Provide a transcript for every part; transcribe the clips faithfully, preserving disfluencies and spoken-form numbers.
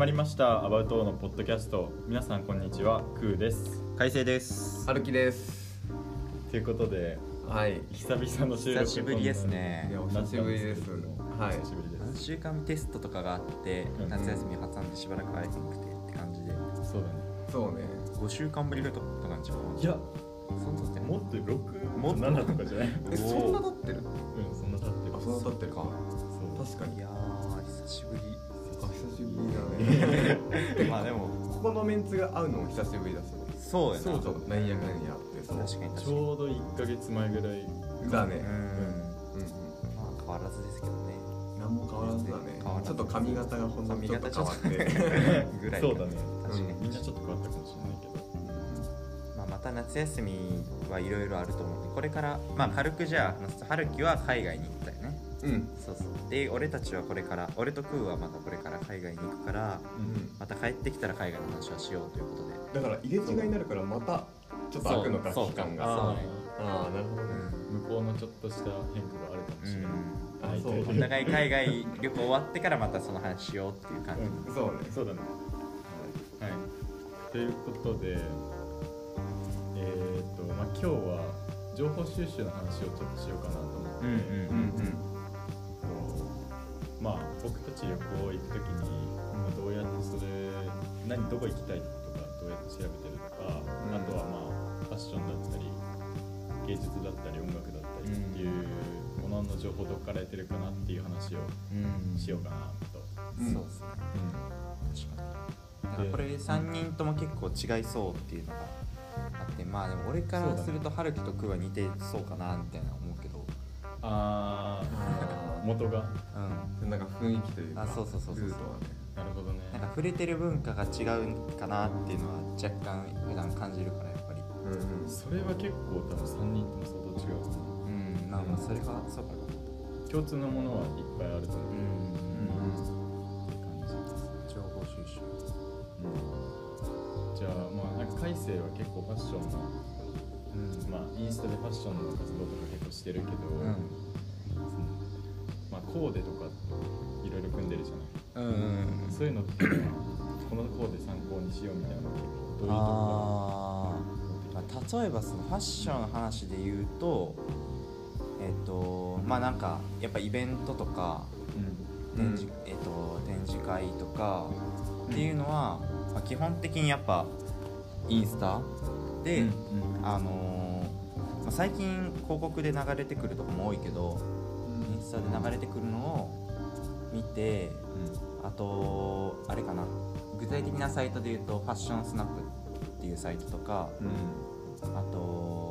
まりましたアバウトのポッドキャスト。皆さんこんにちは、クーです。 海星です。 はるきです。 ということで、 はい、 久々の収録。 久しぶりですね。 いやお久しぶりです。はい、 久しぶりです。 何週間テストとかがあって、うん、夏休み挟んでしばらく会えてなくてって感じで。 そうだね。 そうね。 ごしゅうかんぶりぐらいとかんちゃう。 いや、 そんな経ってもっとろく、もっとななとかじゃない？ え、そんな経ってる？ うん、そんな経ってる。 あ、そんな経ってるか。 そう確かに。 いやー、久しぶり。 あ、久しぶりだね。 まあでもここのメンツが会うのも久しぶりだし。 そうやな。 そうだ。なんやかんやってさ。 確かに確かに。 ちょうどいっかげつまえぐらいだね。 うん。うん。まあ変わらずですけどね。 何も変わらずだね。ちょっと髪型がほんのちょっと変わってぐらい。 そうだね。 確かにみんなちょっと変わったかもしれないけど。 まあまた夏休みはいろいろあると思うので、これからまあ軽くじゃあ話すと、春樹は海外に行ったよね。 うん、 そうそう。で、俺たちはこれから俺とクーはまたこれから海外に行くから、うん、また帰ってきたら海外の話をしようということで。 だから入れ違いになるからまたちょっと開くのか期間が。 そうね。 ああ、なるほどね、 うん、向こうのちょっとした変化があるかもしれない、うん、 はい、そうお互い海外旅行終わってからまたその話しようっていう感じ、 うん、そうね、 そうだね、はい、はい、ということでえー、っとまあ今日は情報収集の話をちょっとしようかなと思って、うんうんうんうん、まあ僕たち旅行行くときに、まあ、どうやってそれ何どこ行きたいとかどうやって調べてるとか、うん、あとはまあファッションだったり芸術だったり音楽だったりっていうものの情報どっから得てるかなっていう話をしようかなと、 うんうん、そうですね、うん、確かに。だからこれさんにんとも結構違いそうっていうのがあって、まあでも俺からすると春樹とクーは似てそうかなみたいな思うけど、 あー元が、 うん、なんか雰囲気というか、 あ、そうそうそうそう、 ルートはね、 なるほどね、 なんか触れてる文化が違うかなっていうのは若干普段感じるからやっぱり、 うん、それは結構多分さんにんとも相当違うと思う。 うん、まあまあそれはそうかな。 共通のものはいっぱいあると思う。うん、うん、って感じです。 情報収集。 うん、じゃあまあなんか海星は結構ファッションの、うん、まあインスタでファッションの活動とか結構してるけど、うん、まあコーデとかいろいろ組んでるじゃない。うんうんうん、そういうのってこのコーデ参考にしようみたいなの結構どういうところがあ、まあ、例えばそのファッションの話で言うと、えっとまあなんかやっぱイベントとか、うん、展示、えっと、展示会とかっていうのは、まあ、基本的にやっぱインスタで、うんうん、あのーまあ、最近広告で流れてくるとこも多いけど、うん、インスタで流れてくるのを見て、うん、あとあれかな、具体的なサイトで言うとファッションスナップっていうサイトとか、うん、あと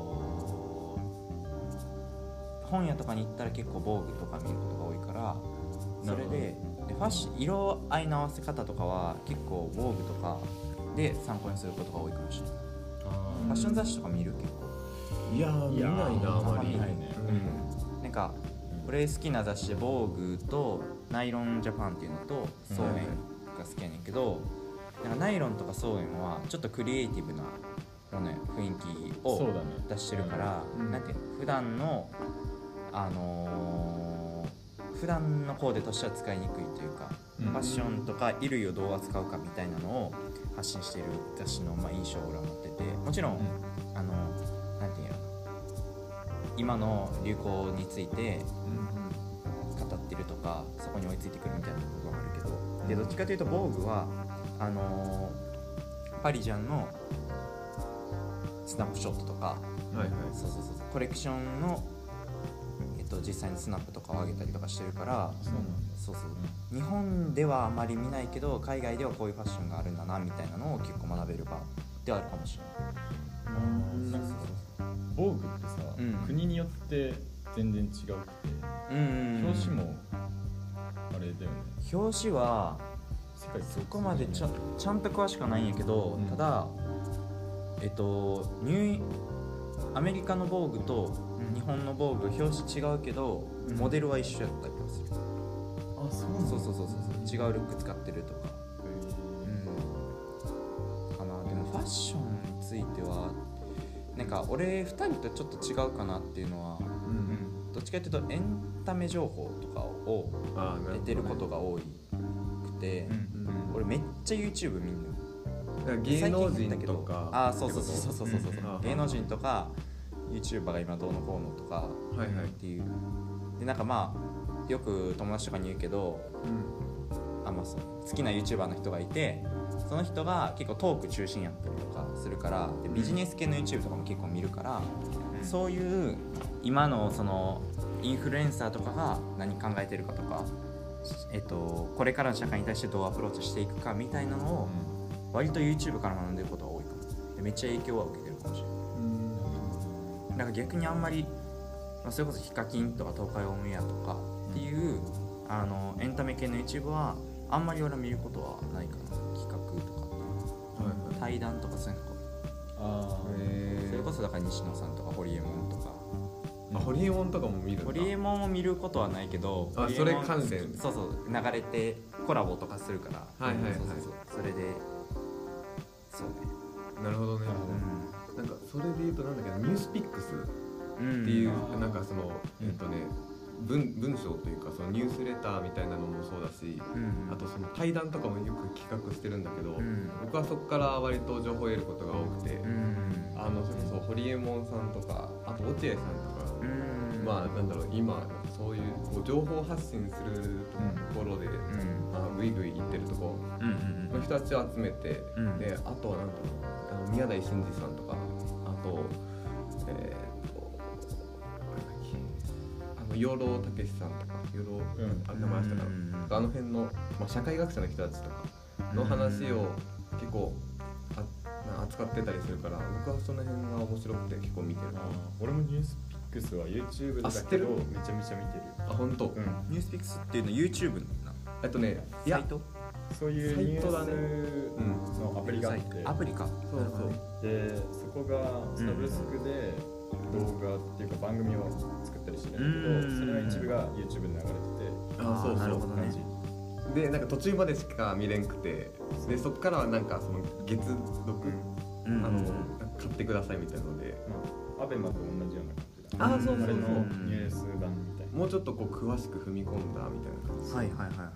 本屋とかに行ったら結構防具とか見ることが多いから、それ で, でファッション色合いの合わせ方とかは結構防具とかで参考にすることが多いかもしれない。ファッション雑誌とか見る結構。 いやー見ないな、あまり。 見ないね、 うん、なんか俺好きな雑誌で防具とナイロンジャパンっていうのとソーエンが好きやねんけど、なんかナイロンとかソーエンはちょっとクリエイティブなの、ね、雰囲気を出してるから、ね、なんていうの、普段のあのー、普段のコーデとしては使いにくいというか、うん、ファッションとか衣類をどう扱うかみたいなのを発信している雑誌の、まあ、印象を俺は持ってて、もちろん、うん、あのなんていうの、今の流行について語ってるとか、そこに追いついてくるみたいな部分はあるけど、でどっちかというと防具はあのー、パリジャンのスナップショットとか、はいはい、そうそうそう、コレクションの、えっと、実際にスナップとかを上げたりとかしてるから、そうなんだ、そうそう、うん、日本ではあまり見ないけど海外ではこういうファッションがあるんだなみたいなのを結構学べる場ではあるかもしれない。 うん、なんか防具ってさ、うん、国によって全然違うくて、うん、表紙もあれだよね。 表紙はそこまでち ゃ, ちゃんと詳しくはないんやけど、うん、ただえっとニューアメリカの防具と日本の防具表紙違うけど、うん、モデルは一緒やったりとかする。 あ、そうなんだ。 そうそうそうそう、違うルック使ってるとか、うん、かな。でもファッションについてはなんか俺ふたりとちょっと違うかなっていうのは、うんうん、どっちかというとエンタメ情報とかを得てることが多くて、うんうん、 俺めっちゃ YouTube 見んのよ。 だから芸能人とかああそうそうそうそうそうそう、 うん、 芸能人とか YouTuber が今どうのこうのとかっていう、はいはい、でなんかまあよく友達とかに言うけど、うん、あまあそう好きな YouTuber の人がいて、その人が結構トーク中心やったりとかするからでビジネス系の YouTube とかも結構見るから、うん、そういう今のそのインフルエンサーとかが何考えてるかとか、えっと、これからの社会に対してどうアプローチしていくかみたいなのを割と YouTube から学んでることが多いかも。でめっちゃ影響は受けてるかもしれない。うん、なんか逆にあんまり、まあ、それこそヒカキンとか東海オンエアとかっていう、うん、あのエンタメ系の YouTube はあんまり俺は見ることはないかな。企画とかっていう、はいはい、対談とかそういうのか。あそれこそだから西野さんとかホリエモンとか。 あホリエモンとかも見るんだ。 ホリエモンを見ることはないけど、 あそれ関連そうそう流れてコラボとかするから、 はいはいはい、 そうそうそうそれでそうね。 なるほどね、うん、なんかそれで言うとなんだっけニュースピックスっていう、うん、なんかそのえっとね文, 文章というかそのニュースレターみたいなのもそうだし、うん、あとその対談とかもよく企画してるんだけど、うん、僕はそこから割と情報を得ることが多くて、うん、あのそれこそホリエモンさんとかあと落合さんとか、うん、まあなんだろう今そういうこう情報発信するところで、うんまあ、グイグイ言ってるところの人たちを集めて、うん、であとはなんだろうあの宮台真司さんとかあとえー養老たけしさんとか養老、うん、あ名前したかな、うん、あの辺の、まあ、社会学者の人たちとかの話を結構あ扱ってたりするから僕はその辺が面白くて結構見てる。 あ俺もニュースピックスは YouTube だけどめちゃめちゃ見てる。 あ本当、うん、 ニュースピックスっていうのは YouTube なえっとねいやサイトそういうニュースのアプリがあって、 アプリかそうそうでそこがサブスクで動画っていうか番組を作ったりしてるんだけど、それの一部が YouTube で流れてて、 あそうそうなるほどね。 でなんか途中までしか見れんくて、でそっからはなんかその月読、うん、あの買ってくださいみたいなので、 アベマと同じような感じだ。あそうそうそう。 ニュース版みたいな。 もうちょっとこう詳しく踏み込んだみたいな感じ。 はいはいはいはい。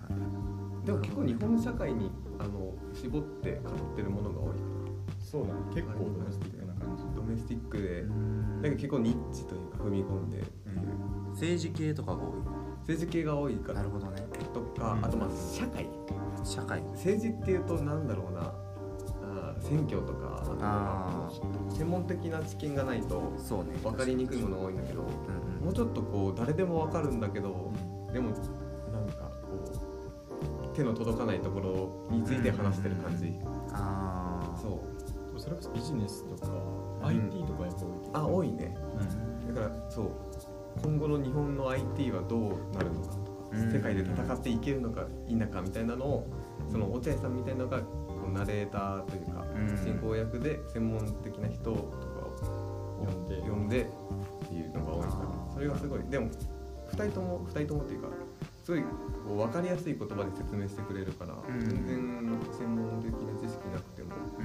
でも結構日本社会にあの絞って語ってるものが多いかな。 そうだね。結構ドメスティックな感じ。 ドメスティックで、なんか結構ニッチというか踏み込んでっていう。 うん、政治系とかが多い。 政治系が多いから。 なるほどね。 とか、うん、あとまあ社会。 社会。 政治っていうとなんだろうな。あ選挙とかあと専門的な知見がないと分かりにくいものが多いんだけど、うんうん、もうちょっとこう誰でも分かるんだけど、うん、でもなんかこう手の届かないところについて話してる感じ、うん、 あそうそれこそビジネスとか、うん、アイティー とかやっぱ多いけど、 あ多いね、うん、だからそう今後の日本の アイティー はどうなるのかとか、うん、世界で戦っていけるのか否かみたいなのをその落合さんみたいなのがナレーターというか、うん、進行役で専門的な人とかを呼んで呼んでっていうのが多いから、それがすごいでもふたりともふたりともっていうかすごいこう分かりやすい言葉で説明してくれるから、うん、全然専門的な知識なくても、うん、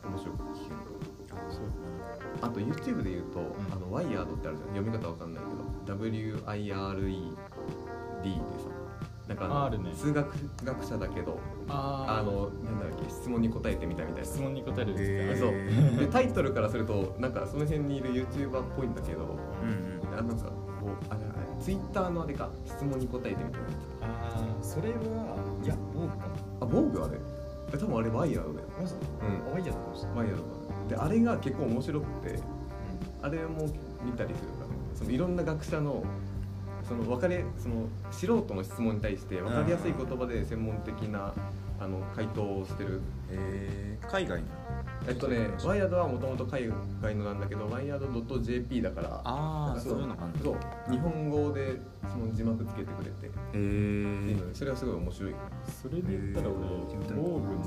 面白く聞ける。あ、そうあと YouTube で言うと、うん、あのワイヤードってあるじゃん、読み方わかんないけど ダブリューアイアールイーディー でさなんかあの、ね、数学学者だけどああのなんだっけ質問に答えてみたみたいな質問に答えるえー、そうでタイトルからするとなんかその辺にいる YouTuber っぽいんだけど、うんうん、あなんかこうああツイッターのあれか質問に答えてみたいなやつああそれはいやボーグかなあボーグあれ多分あれワイヤードだよマジで、うん、ワイヤードかもしれないワイヤードだであれが結構面白くて、うん、あれも見たりするからそのいろんな学者のその分かりその素人の質問に対して分かりやすい言葉で専門的なあの回答をしてる。 えー、海外のえっとねワイヤードはもともと海外のなんだけどワイヤード .jp だからああそういうのかなそう日本語でその字幕つけてくれてへえそれはすごい面白い。 それで言ったら俺ボーグの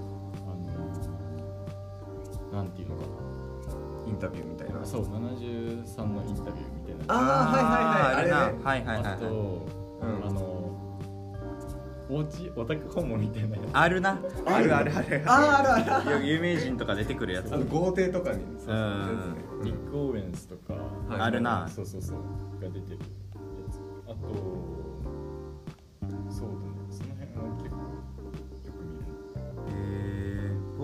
あのなんていうのかなインタビューみたいなそうななじゅうさんのインタビューみたいなああはいはいはいあれねはいはいはいあと、うん、あのおうちオタク本もみたいなやつあるなあるあるあるああるある有名人とか出てくるやつあの豪邸とかにそうそうニック・オーエンスとか、 はい、あるなそうそうそうが出てるやつあとそうだねその辺は結構よく見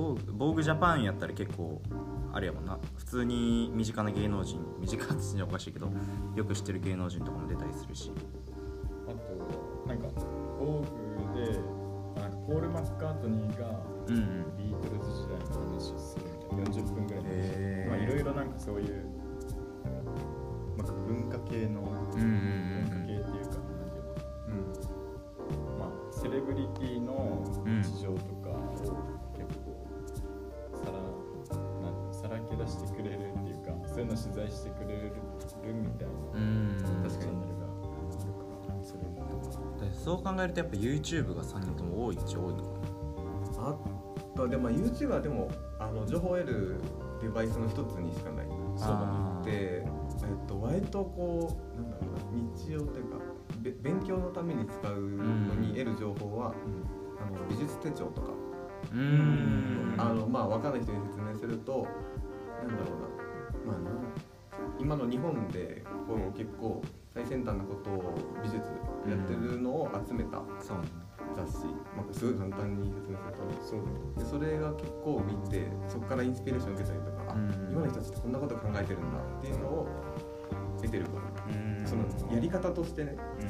ボーグボーグジャパンやったら結構あれやもんな、普通に身近な芸能人、身近なっておかしいけどよく知ってる芸能人とかも出たりするし、 あとなんかボーグでなんかポール・マッカートニーがうんうん、 ビートルズ時代の話するみたいなよんじゅっぷんぐらいの話、 へーまあいろいろなんかそういうなんか文化系のうんうん文化系っていうかなんていうの、まあセレブリティの日常とかを結構さらなんさらけ出してくれるっていうか、そういうの取材してくれるみたいなうんうん、 チャンネルがあるからそれもでそう考えるとやっぱ YouTube がさんにんとも多いっちゃ多いのかあとでも YouTube はでもあの情報を得るデバイスの一つにしかない。 そうだねで、えっと割とこうなんだろうな、日常というかべ勉強のために使うのに得る情報は、あの美術手帳とか、 うーんあのまあ分かんない人に説明するとなんだろうな、まあな今の日本でこう結構最先端なことを美術やってるのを集めたそうね雑誌、まあ、すごい簡単に説明するとそうでそれが結構見てそこからインスピレーションを受けたりとか、あうん今の人たちってこんなこと考えてるんだっていうのを得てるから、 うんそのやり方としてね、 うん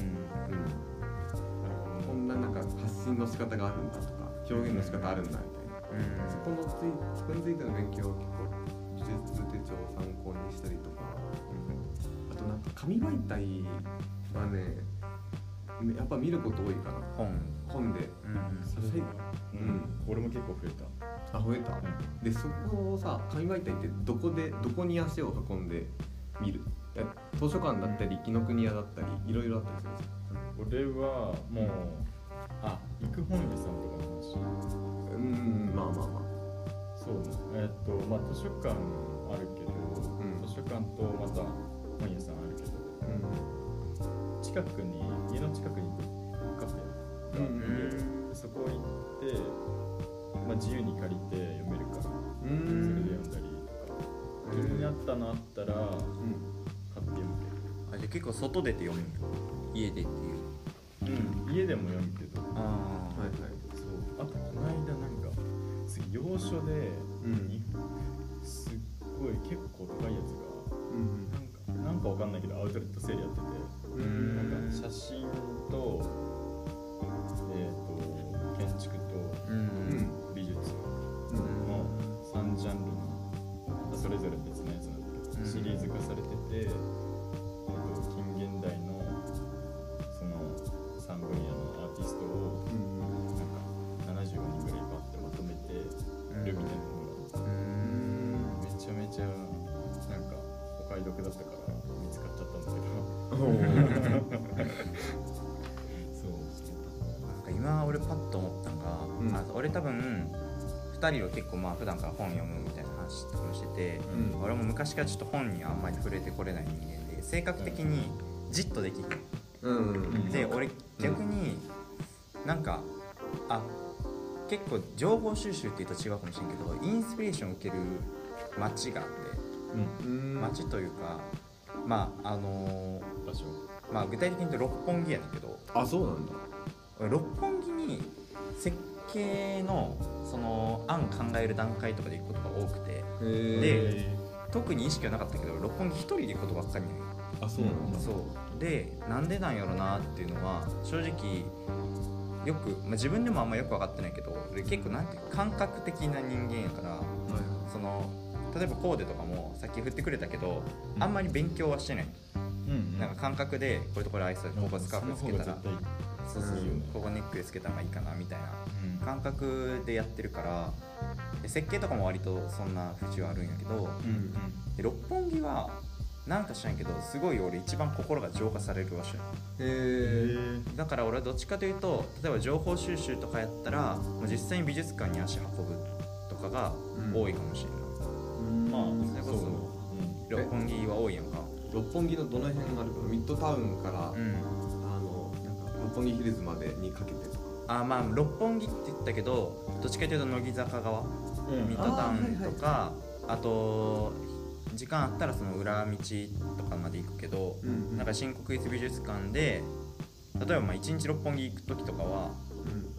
うん、こんななんか発信の仕方があるんだとか表現の仕方あるんだみたいな、そこのついそこについての勉強を結構美術手帳を参考にしたりとか、あとなんか紙媒体はねやっぱ見ること多いかな。 本本で、 うんうんそれはうん俺も結構増えた。 あ増えた、でそこをさ紙媒体ってどこでどこに足を運んで見る、図書館だったり紀ノ国屋だったりいろいろあったりするんですよ。 俺はもうあ行く本屋さんとかの話。 うーんまあまあまあそうね、えーっとまあ図書館あるけど、 ん図書館とまた本屋さんあるけど、近くに家の近くにカフェがあって、 うんでそこ行って、まあ、自由に借りて読めるから、 うそれんで読んだりとか、気になったのあったら買って読むあじゃあ結構外出て読むんよ家でっていうけど、うん、家でも読むけど、 あはいはいそうあとこの間なんか次洋書で、 うんにすっごい結構高いやつがうんなんかなんかわかんないけどアウトレットセールやってて、 うんなんか写真とえっ、と建築とうんうん美術うんのさんジャンルのそれぞれ別のやつなんだけど、 うんシリーズ化されてて、えー、と近現代のそのさん分野のアーティストをなんかななじゅうごにんぐらいバッてまとめてるみたいなのがめちゃめちゃなんかお買い得だったから見つかっちゃったんだけどそうなんか今俺パッと思ったのが、 うんあ俺多分ふたりは結構まあ普段から本読むみたいな話とかもしてて、 うん俺も昔からちょっと本にあんまり触れてこれない人間で性格的にじっとできひん、 うんうんで俺逆になんかあ結構情報収集っていうと違うかもしれんけどインスピレーションを受ける街があってうん街というかまああのー場所まあ具体的に言うと六本木やねんけどあそうなんだ俺六本木に設計のその案考える段階とかで行くことが多くてへで特に意識はなかったけど六本木一人で行くことばっかりねあそうなんだそうでなんでなんやろなっていうのは正直よく、まあ、自分でもあんまよく分かってないけど俺結構なんていうか感覚的な人間やからその例えばコーデとかもさっき振ってくれたけどあんまり勉強はしてない、 うんなんか感覚でこれとこれ合いそうここスカーフつけたらそうそういいよねここネックレスつけた方がいいかなみたいなうん感覚でやってるからで設計とかも割とそんな節はあるんやけどうんで六本木はなんか知らんけどすごい俺一番心が浄化される場所やへえだから俺はどっちかというと例えば情報収集とかやったらもう実際に美術館に足運ぶとかが多いかもしれない、 まあそれこそそう六本木は多いやんか六本木のどの辺があるかミッドタウンから、 うんあのなんか六本木ヒルズまでにかけてとかあまあ六本木って言ったけどどっちかというと乃木坂側うんミッドタウンとか あ,、と時間あったらその裏道とかまで行くけど、 うんなんか新国立美術館で例えばまあいちにち六本木行く時とかは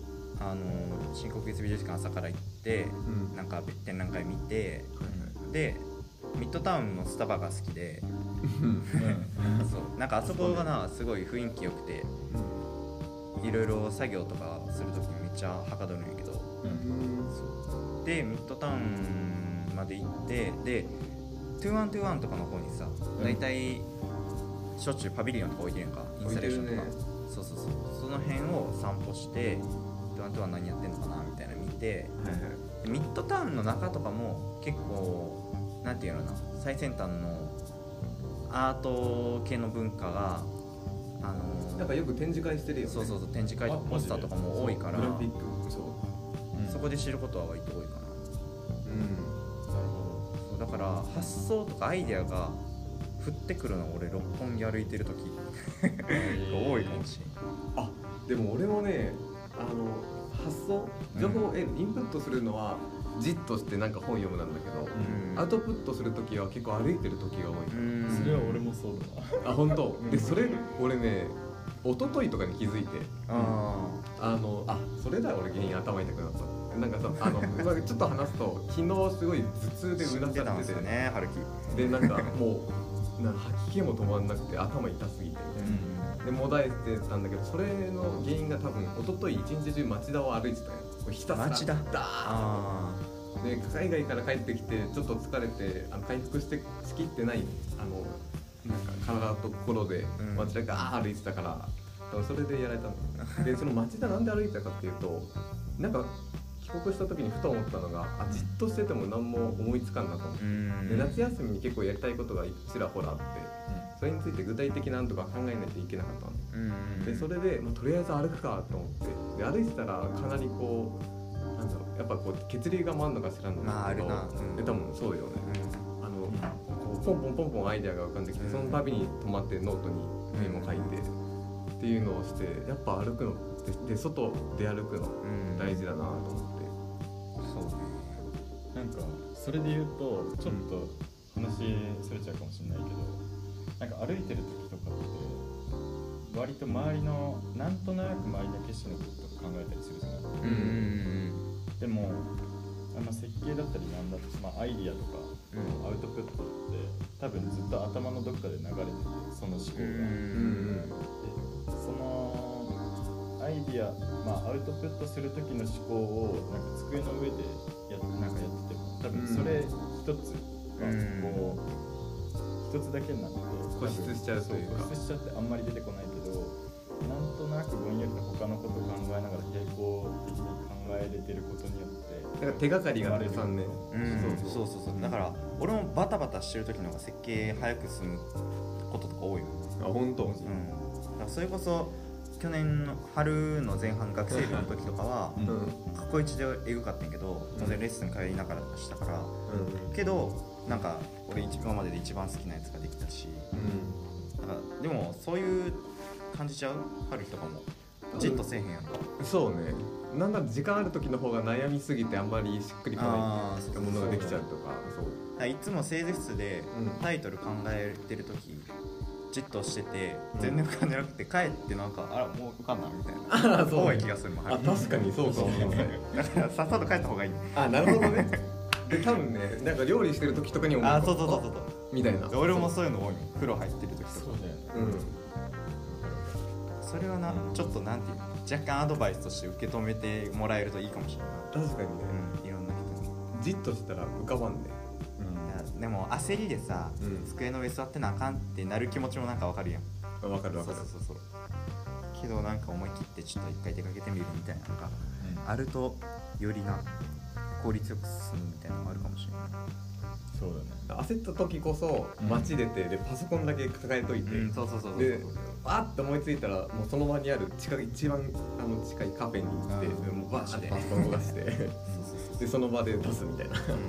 あの新国立美術館朝から行って、 うんなんか展覧会見て、 はいでミッドタウンのスタバが好きでうんそうなんかあそこがなすごい雰囲気良くていろいろ作業とかするときにめっちゃはかどるんやけど、そうでミッドタウンまで行ってでにじゅういちにじゅういちとかの方にさ大体しょっちゅうパビリオンとか置いてるやんか、インスタレーションとか、 置いてるねそうそうそうその辺を散歩してにじゅういちにじゅういち何やってんのかなみたいなの見て、 はいはいミッドタウンの中とかも結構なんていうのかな最先端のアート系の文化があのー、 なんかよく展示会してるよね。 そうそうそう展示会とかあポスターとかも多いからグラフィックそうそこで知ることは割と多いかな。 うんなるほそうだから発想とかアイデアが降ってくるのは俺六本木歩いてる時が多いかもしれん。 あでも俺もねあの発想情報を、えインプットするのはじっとしてなんか本読むなんだけど、 うんアウトプットするときは結構歩いてるときが多いかうんど。それは俺もそうだな。 ら、あ本当でそれ俺ね一昨日とかに気づいてああのあそれだよ俺原因頭痛くなったなんかさあのまあちょっと話すと昨日すごい頭痛でうな知ってたんですよされてて、 ね春樹。 でなんかもうなんか吐き気も止まんなくて頭痛すぎてでもだえてたんだけどそれの原因が多分一昨日一日中町田を歩いてたよこれひたすら町田ダーあッで海外から帰ってきてちょっと疲れてあの回復してしきってないあのなんか体と心でうん町田ガー歩いてたから、多分それでやられたのでその町田なんで歩いてたかっていうとなんか帰国した時にふと思ったのがあじっとしてても何も思いつかんなと思ってーうんで夏休みに結構やりたいことがちらほらあってそれについて具体的な案とか考えないといけなかったのうんでそれで、まあ、とりあえず歩くかと思ってで歩いてたらかなりこうなんだろうやっぱこう血流が回るのか知らんのまああるなうんで多分そうよねあのこうポンポンポンポンアイデアが浮かんできてその度に止まってノートにメモ書いてっていうのをしてやっぱ歩くのってで外で歩くのうん大事だなと思ってそうねなんかそれで言うとちょっと話それちゃうかもしれないけど、なんか歩いてる時とかって割と周りのなんとなく周りの景色のこととか考えたりするじゃない。 うんうんでもあの設計だったりなんだとか、まあ、アイディアとか、 うんアウトプットって多分ずっと頭のどっかで流れててその思考が、 うんうんでそのアイディア、まあ、アウトプットする時の思考をなんか机の上でやなんかやってても多分それ一つがこう、うん、一つだけになって固執しちゃうというか固執しちゃってあんまり出てこないけどなんとなくぼんやりと他のことを考えながら並行的に考えれてることによってなんか手がかりがたくさんねうんそうそうそうだから俺もバタバタしてる時の方が設計早く進むこととか多いもん。 あ本当うん、だからそれこそ去年の春の前半学生寮の時とかはうんうん過去一でエグかったんやけど当然レッスン通いながらしたからけどなんか俺今までで一番好きなやつができたしうんなんかでもそういう感じちゃう春日とかもじっとせえへんやんか。 そうねなんだ時間ある時の方が悩みすぎてあんまりしっくりこあーないものができちゃうとかそうだからいつも製図室でうんタイトル考えてる時じっとしててうん全然浮かんでなくて帰ってなんかあらもう浮かんだみたいなあそう多い気がするもんあ確かにそうかもしれないだからさっさと帰った方がいい。 あなるほどねで多分ねなんか料理してる時とかに思うあそうそうそうそうみたいなそう俺もそういうの多いもん風呂入ってる時とかそうだよね。 うんそれはなちょっとなんていうの若干アドバイスとして受け止めてもらえるといいかもしれない。 確かにねうんいろんな人にじっとしたら浮かばんねいやでも焦りでさ、 うん机の上座ってなあかんってなる気持ちもなんかわかるやん。 わかるわかるそうそうそうそうけどなんか思い切ってちょっと一回出かけてみるみたいなのがあるとよりな効率よく進むみたいなのがあるかもしれない。 そうだね。 焦った時こそ街出てでパソコンだけ抱えといて、 うんそうそうそうそうでバーって思いついたらもうその場にある近い一番あの近いカフェに行ってうんでもうバーってパソコン動かしてでその場で出すみたいな、 うなるほどね。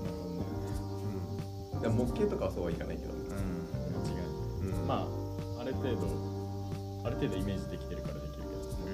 うん、でも模型とかはそうはいかないけど、 んうん間違いない。 うん、 まあある程度ある程度イメージできてるからできるけど、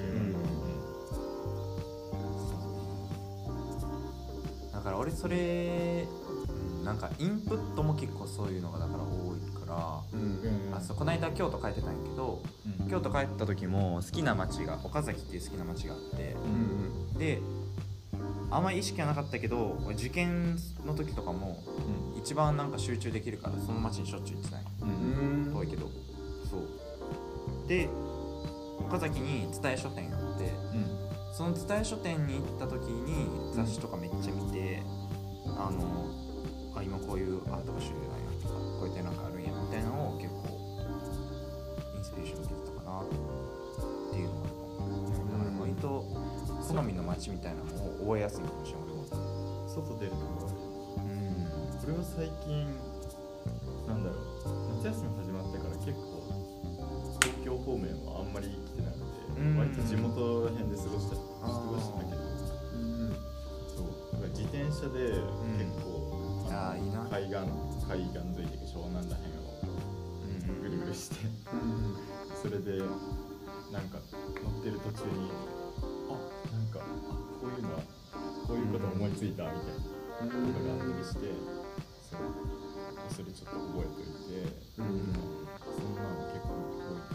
うんだから俺それなんかインプットも結構そういうのがだから多いから、 うんうんあそうこの間京都帰ってたんやけどうん京都帰った時も好きな町が岡崎っていう好きな町があってうんであんまり意識はなかったけど受験の時とかも一番なんか集中できるからその町にしょっちゅう行ってない、 うん遠いけどそうで岡崎に蔦屋書店があって、 うんその蔦屋書店に行った時に雑誌とかめっちゃ見て、あのあ今こういうアートが主流なんやとかこういう展覧会あるんやみたいなのを結構インスピレーション受けてたかなっていうのがあるかも。だから割と好みの街みたいなのを覚えやすいかもしれない俺は。 外出るところある。 うんこれは最近なんだろう、夏休み始まってから結構東京方面はあんまり来てなくて、 うん割と地元ら辺で過ごした過あーごしてたけど、そうだから自転車で結構、 あーいいな海岸海岸沿いで湘南ら辺をぐるぐるして、それでなんか乗ってる途中にあなんかあこういうのはこういうこと思いついたみたいなことがあったりして、そうそれちょっと覚えておいて、 うんうんそんなの結構多い。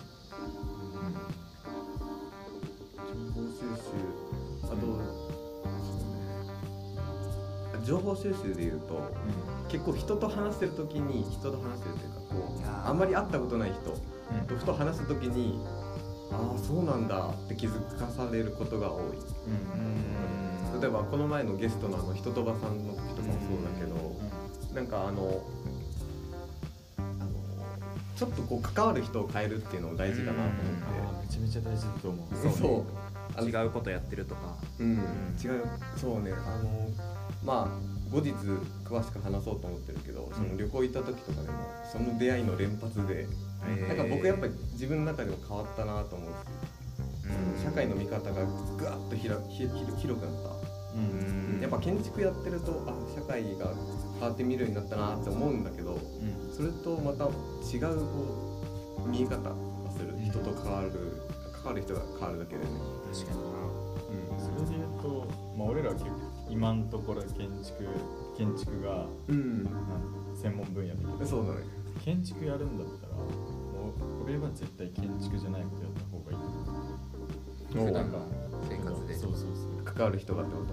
情報収集あと、そうね、情報収集でいうと結構人と話してる時に人と話してるというかこうあんまり会ったことない人とふと話した時にああそうなんだって気づかされることが多い。例えばこの前のゲストのあの人とばさんの時とかもそうだけど、なんかあのあのちょっとこう関わる人を変えるっていうのも大事だなと思って、 めちゃめちゃ大事だと思う。 そうあの違うことやってるとか、 うん、違うそうねあのまあ後日詳しく話そうと思ってるけど、その旅行行った時とかでもその出会いの連発で、なんか僕やっぱり自分の中でも変わったなと思うし、社会の見方がぐわっとひらひひ広くなった、 うんやっぱ建築やってるとあ社会が変わって見るようになったなって思うんだけど、それとまた違うこう見え方がする、人と関わる関わる人が変わるだけでね。 確かにそれで言うと、まあ、俺らは結構今のところ建築建築がうんなん専門分野だけど、 そうだね。 建築やるんだったらもう俺は絶対建築じゃないことやった方がいいと思う。 普段のなんか生活でそうそうそう関わる人がってこと？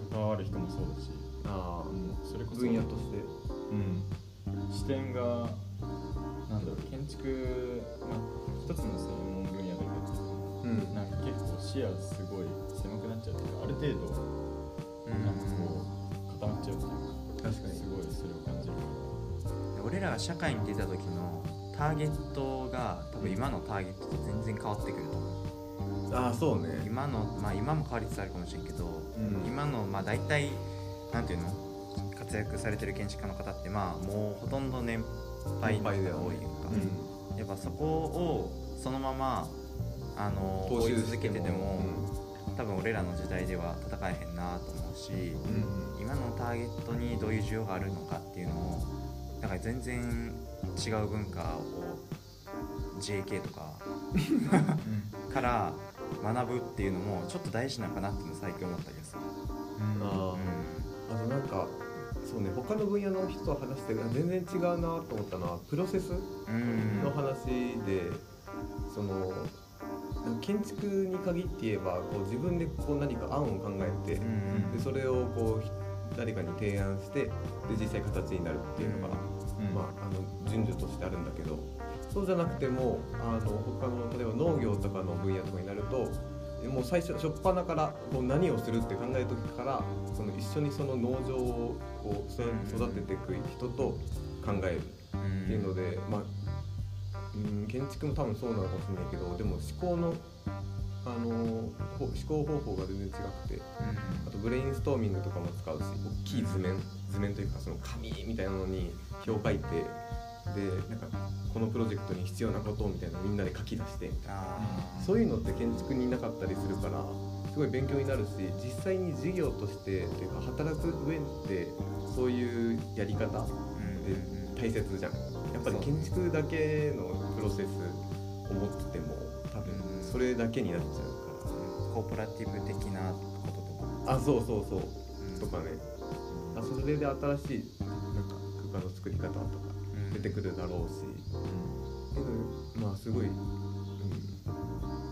関わる人もそうだし、 ああ、 うんそれこそ分野として。 うん視点がなんだろう建築、まあ、一つの専門分野だけど、 うんなんか結構視野すごい狭くなっちゃうというか、ある程度なんかこう固まっちゃうというか、 確かにすごいそれを感じるか俺らが社会に出た時のターゲットが多分今のターゲットと全然変わってくると思う。 ああそうね。 今のまあ今も変わりつつあるかもしれんけど、 うん今のまあ大体なんていうの活躍されてる建築家の方ってまあもうほとんど年配の方が多いやんか、やっぱそこをそのままあの追い続けてても、多分俺らの時代では戦えへんなと思うし、 うん今のターゲットにどういう需要があるのかっていうのをだから全然違う文化を ジェーケー とかから学ぶっていうのもちょっと大事なのかなっていうのを最近思った気がする。 ら、 ああ、あとなんかそうね、他の分野の人と話して全然違うなと思ったのはプロセスうんの話で、その建築に限って言えばこう自分でこう何か案を考えて、 うんでそれをこう誰かに提案してで実際形になるっていうのが、 うんまあ、あの順序としてあるんだけど、そうじゃなくてもあの他の例えば農業とかの分野とかになるともう最初初っ端からこう何をするって考える時からその一緒にその農場をこう育育てていく人と考えるっていうので、まあうん建築も多分そうなのかもしれないけど、でも思考のあの思考方法が全然違くて、あとブレインストーミングとかも使うし、大きい図面図面というかその紙みたいなのに表を書いて、でなんかこのプロジェクトに必要なことみたいなのみんなで書き出してみたいな、 あそういうのって建築になかったりするからすごい勉強になるし、実際に事業としてというか働く上でそういうやり方って大切じゃん。やっぱり建築だけのプロセスを持ってても多分それだけになっちゃうから、 コーポラティブ的なこととか、 あそうそうそう、 うんとかね、あそれで新しいなんか空間の作り方とか出てくるだろうし、けどまあすごい、うん、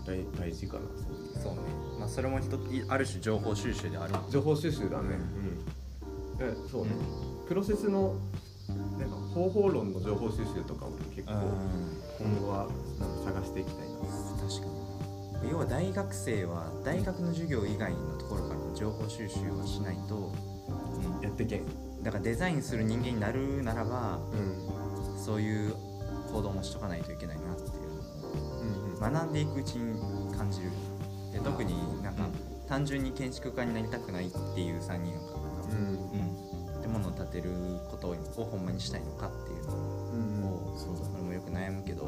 大大事かな。そういうそうね、まあ、それも一つある種情報収集である。 情報収集だね。うん、えそうね、プロセスのなんか方法論の情報収集とかも結構今後はなんか探していきたいな。 確かに。要は大学生は大学の授業以外のところからの情報収集はしないと、 うん、やってけん。 だからデザインする人間になるならば、 うん、 そういう行動もしとかないといけないなっていううんうん、 のを学んでいくうちに感じる。で特になんか単純に建築家になりたくないっていうさんにんの方が、 うんうん、で物を建てることをほんまにしたいのかっていうのを、 うん、 そう俺もよく悩むけど、うん、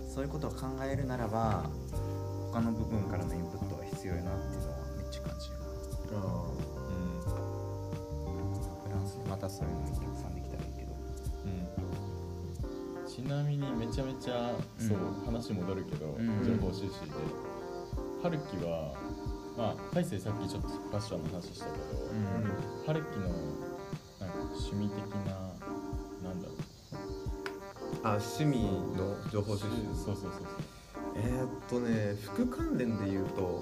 そういうことを考えるならば他の部分からのインプットが必要やなっていうのはめっちゃ感じる。 あフランスでまたそういうのにたくさんできたらいいけど、 うん、ちなみにめちゃめちゃ、そう、 うん、 話戻るけど、 うん、 情報収集で春樹はまあ大勢さっきちょっとファッションの話したけど、 うん、 春樹のなんか趣味的ななんだろう、 あ、趣味の情報収集。 そうそうそうそう。 えー、っとね服関連で言うと、うん、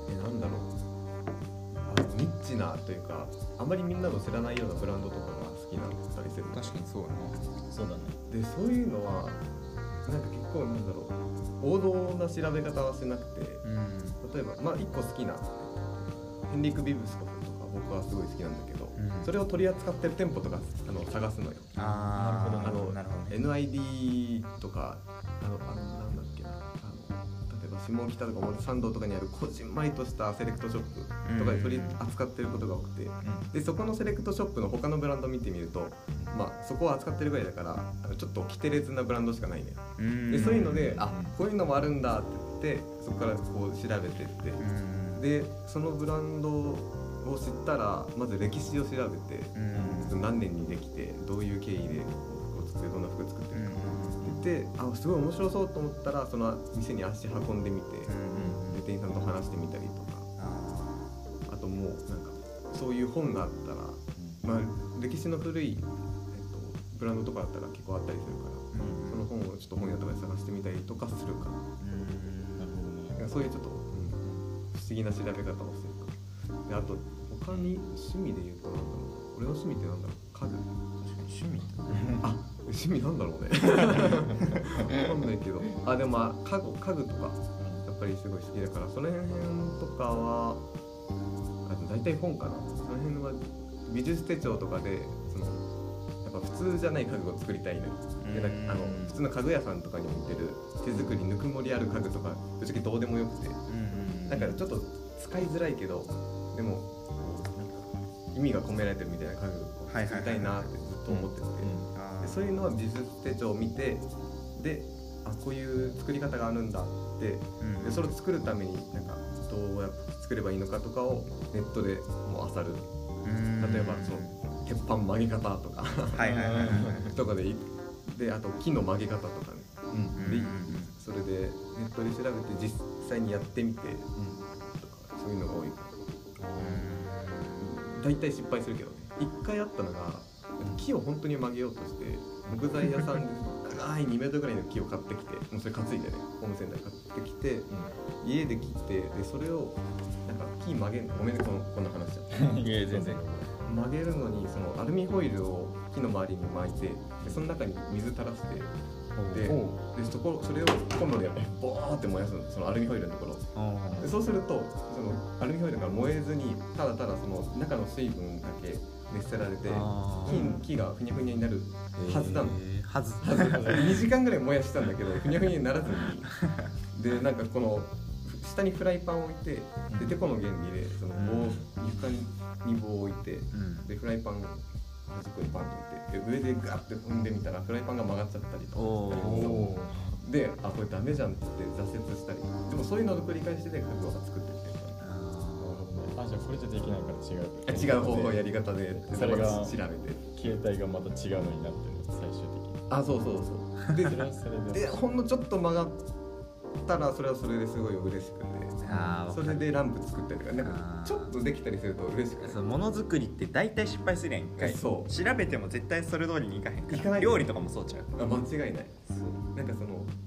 えなんだろう、あのニッチなというかあまりみんなの知らないようなブランドとかが好きなったりする。 確かにそうだね。 そうだね。 でそういうのはなんか結構なんだろう、王道な調べ方はしなくて、 うん、 例えばまあいっこ好きなヘンリック・ビブスコフとか僕はすごい好きなんだけど、うん、それを取り扱ってる店舗とかあの探すのよ。 ああのなるほど、ね、 エヌアイディー とかあのあのなんだっけな、あの例えば下北とか表参道とかにあるこじんまりとしたセレクトショップとかで取り扱ってることが多くて、うん、でそこのセレクトショップの他のブランド見てみると、まあ、そこを扱ってるぐらいだからあのちょっとキテレツなブランドしかないね。でそういうので、あ、こういうのもあるんだって言ってそこからこう調べてって、でそのブランドを知ったらまず歴史を調べて、何年にできてどういう経緯で服を作ってどんな服作ってるかで、あ、すごい面白そうと思ったらその店に足運んでみて、で店員さんと話してみたりとか、あともうなんかそういう本があったら、まあ、歴史の古い、えっと、ブランドとかだったら結構あったりするから、うん、その本をちょっと本屋とかで探してみたりとかするかな。 なるほどね。 そういうちょっと、うん、不思議な調べ方をしてるか。であと他に趣味で言うとなんだろう、俺の趣味ってなんだろう、家具。 確かに趣味あ、趣味なんだろうね。わかんないけど、あ、でも、まあ、家具家具とかやっぱりすごい好きだから、その辺とかはあと大体本かな。その辺は美術手帳とかでそのやっぱ普通じゃない家具を作りたいのよ。でなんかあの普通の家具屋さんとかに置いてる手作りぬくもりある家具とかぶっちゃけどうでもよくて、なんかちょっと使いづらいけどでもなんか意味が込められてるみたいな家具を作りたいなってずっと思ってて、でそういうのは美術手帳を見て、で、あ、こういう作り方があるんだって、でそれを作るためになんかどうやって作ればいいのかとかをネットでもう漁る。例えばそう鉄板曲げ方とかはいはいはいはいとかでいい。であと木の曲げ方とかね、うん、でそれでネットで調べて実際にやってみて、うん、とかそういうのが多いから、だいたい失敗するけどね。一回あったのが木を本当に曲げようとして木材屋さんで長いにメートルぐらいの木を買ってきて、もうそれ担いでねホームセンターで買ってきて、うん、家で切って、でそれをなんか木曲げるの、ごめんねこのこんな話しちゃっていや全然曲げるのにそのアルミホイルを木の周りに巻いて、でその中に水垂らして、で, でそこそれをコンロでボーって燃やすの、そのアルミホイルのところで、そうするとそのアルミホイルが燃えずにただただその中の水分だけ熱せられて 木, 木がふにゃふにゃになるはずなの、 えー、はずにじかんぐらい燃やしたんだけどふにゃふにゃにならずに、でなんかこの下にフライパンを置いて、でてこの原理でその棒、うん、床に棒を置いて、うん、でフライパン端っこにパンと置いて、で上でガッて踏んでみたらフライパンが曲がっちゃったりとかで、あ、これダメじゃんって挫折したり、でもそういうのの繰り返しで家具を作ってってるから、 あ、じゃあこれじゃできないから違う違う方法やり方でそれが調べて携帯がまた違うのになってるの最終的に。 あ、そうそうそうでそれはそれででほんのちょっと曲がったらそれはそれですごい嬉しくて、あ、それでランプ作ったりとか、なんかちょっとできたりすると嬉しくて、 そうものづくりって大体失敗するやん。一回そう調べても絶対それ通りにいかへんから、いかない料理とかもそうちゃう。 あ、間違いない。そうなんかその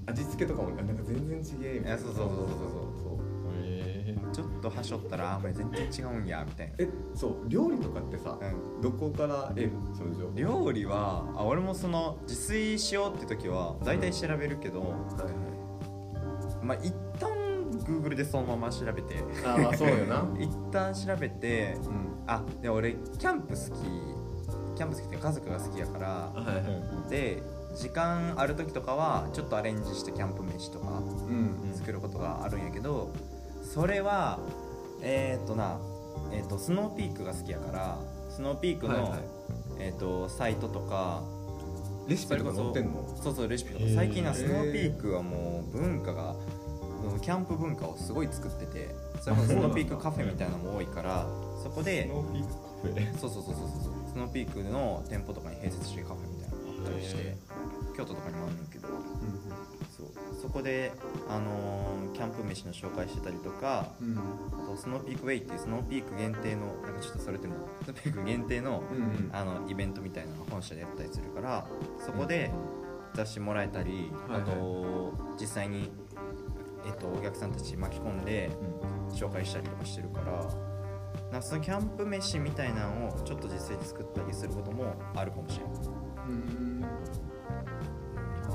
味付けとかもなんか全然違えみたいな。 いやそうそうそうそうそうへーちょっとはしょったらあこれ全然違うんやみたいな。 えそう料理とかってさ、 うんどこから得るその情報？ 料理はあ俺もその自炊しようって時は大体調べるけど、 はいはいまあ一旦 Google でそのまま調べてあまあそうよな一旦調べてうんあで俺キャンプ好きキャンプ好きって家族が好きやからはいはいで時間ある時とかはちょっとアレンジしてキャンプ飯とかうん作ることがあるんやけどそれはえー、っとなえー、っとスノーピークが好きやからスノーピークの、 はいはいえー、っとサイトとかレシピとか載ってんの？ そうそうレシピとかへー最近はスノーピークはもう文化がキャンプ文化をすごい作っててそれこそスノーピークカフェみたいなのも多いからそこでスノーピークカフェそうそうそうそうそうスノーピークの店舗とかに併設してるカフェみたいなのがあったりしてへ京都とかにもあるんだけどそうそこで、あのーキャンプ飯の紹介してたりとかうんうんあとスノーピークウェイっていうスノーピーク限定のなんかちょっとそれてもスノーピーク限定のうんうんあのイベントみたいなのが本社でやったりするからそこで雑誌もらえたり、 はいはいあと実際に、えっと、お客さんたち巻き込んで紹介したりとかしてるからなんかそのキャンプ飯みたいなのをちょっと実際に作ったりすることもあるかもしれない。 うんあ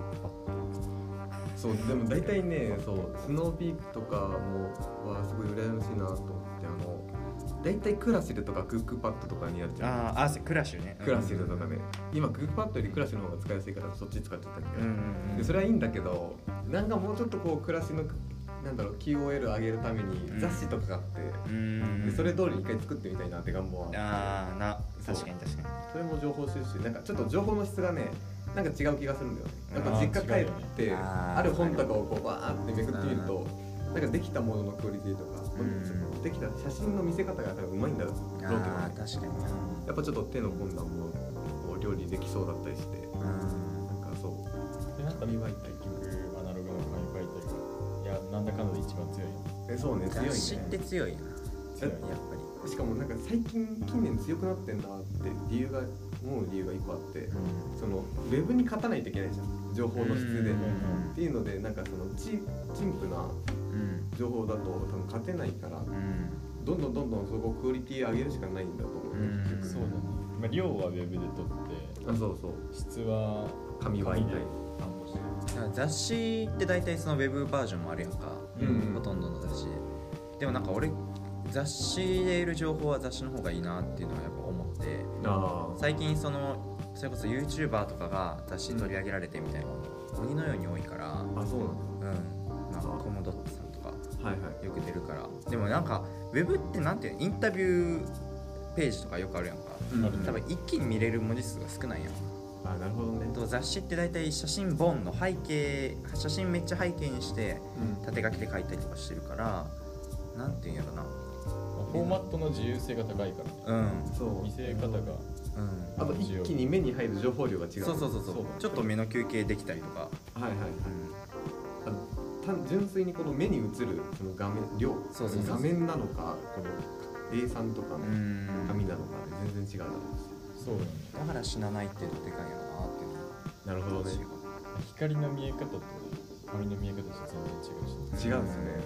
そうでも大体ねそうスノーピークとかもはすごい羨ましいなと思ってあの大体クラシルとかクックパッドとかにやっちゃうあーあクラッシュねクラシルとかね今クックパッドよりクラシルの方が使いやすいからそっち使っちゃったんだけど、 うんうんうんでそれはいいんだけどなんかもうちょっとこうクラシのなんだろう キューオーエル 上げるために雑誌とかがあって、 うんうんでそれ通りに一回作ってみたいなって願望はああなそう確かに確かにそれも情報収集なんかちょっと情報の質がねなんか違う気がするんだよねやっぱ実家帰ってあーある本とかをこうバーってめくってみるとなんかできたもののクオリティとかうんできた写真の見せ方が多分うまいんだろうけどあねー確かにやっぱちょっと手の込んだものを料理できそうだったりしてうんなんかそうでなんか見は結局アナログの紙媒体がいやなんだかんだで一番強いえそうね強いね雑誌って強いな強いやっぱりしかもなんか最近近年強くなってんなって理由が思う理由が一個あってそのウェブに勝たないといけないじゃん情報の質でうんっていうのでなんかそのチ陳腐なうん情報だと多分勝てないからうんどんどんどんどんそこクオリティ上げるしかないんだと思うねうん結局そうだね、まあ、量はウェブで取ってあそうそう質は紙媒体担保してだから雑誌って大体そのウェブバージョンもあるやんか、 うんほとんどの雑誌ででもなんか俺雑誌でいる情報は雑誌の方がいいなっていうのはやっぱ思ってあ最近そのそれこそ YouTuber とかが雑誌に取り上げられてみたいなのが鬼のように多いからああそうなんだうんなんかコモドットさんとかはいはいよく出るからでもなんかウェブってなんていうのインタビューページとかよくあるやんか、 うんあるね多分一気に見れる文字数が少ないやんあなるほどねと雑誌って大体写真ボンの背景写真めっちゃ背景にしてうん縦書きで書いたりとかしてるからなんていうんやろなフォーマットの自由性が高いからうんそう見せ方がうんあと一気に目に入る情報量が違うそうそうそうそうそうだねちょっと目の休憩できたりとか、 はいはいはいうんあの単純粋にこの目に映るその画面量そうそうそう画面なのかこの エースリー とかのうん紙なのかで全然違うだろうしそうだねだから死なないっていうのでかいんやろなっていうのなるほどね光の見え方と紙の見え方と全然違うし違うんですよね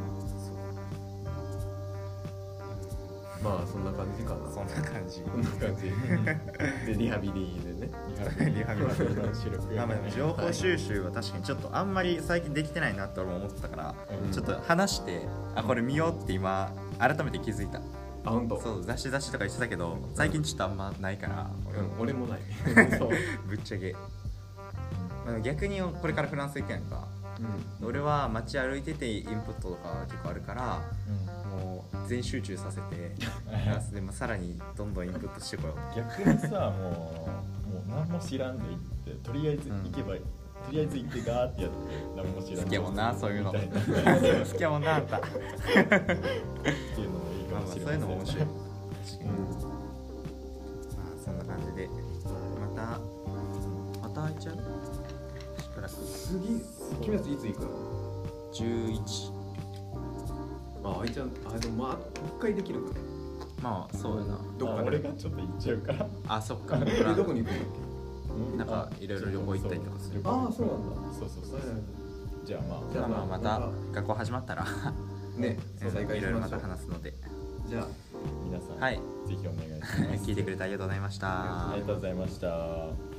うんまあそんな感じかなそんな感じこんな感じでリハビリでねリハビリの収録まあまあでも情報収集は確かにちょっとあんまり最近できてないなって俺も思ってたから、 うんちょっと話してあこれ見ようって今改めて気づいたあ本当そう雑誌雑誌とか言ってたけど最近ちょっとあんまないからうん俺もないそうぶっちゃけまあ逆にこれからフランス行くやんかうん俺は街歩いててインプットとか結構あるからもう全集中させてフランスでもさらにどんどんインプットしてこよう逆にさもうもう何も知らんで行ってとりあえず行けば、うん、とりあえず行ってガーってやって何も知らんで好きやもんなそういうのみたいな好きやもんなあんたっていうのもいいかまあまあもしれそういうのも面白いうんまあそんな感じでまたまた開いちゃうしばらく次君たちいつ行くのじゅういちああいちゃんあでもまあ一回できるかねまあそうやなどっかであ俺がちょっと行っちゃうからあそっかえどこに行くんだっうんなんかいろいろ旅行行ったりとかする。 そうああそうなんだ。 そうそうそうそう。じゃあまあじゃあまあまた学校始まったらねうん再開いろいろまたしましょう。 話すので、 じゃあ皆さん、 はいぜひお願いします。 聞いてくれてありがとうございました。 ありがとうございました。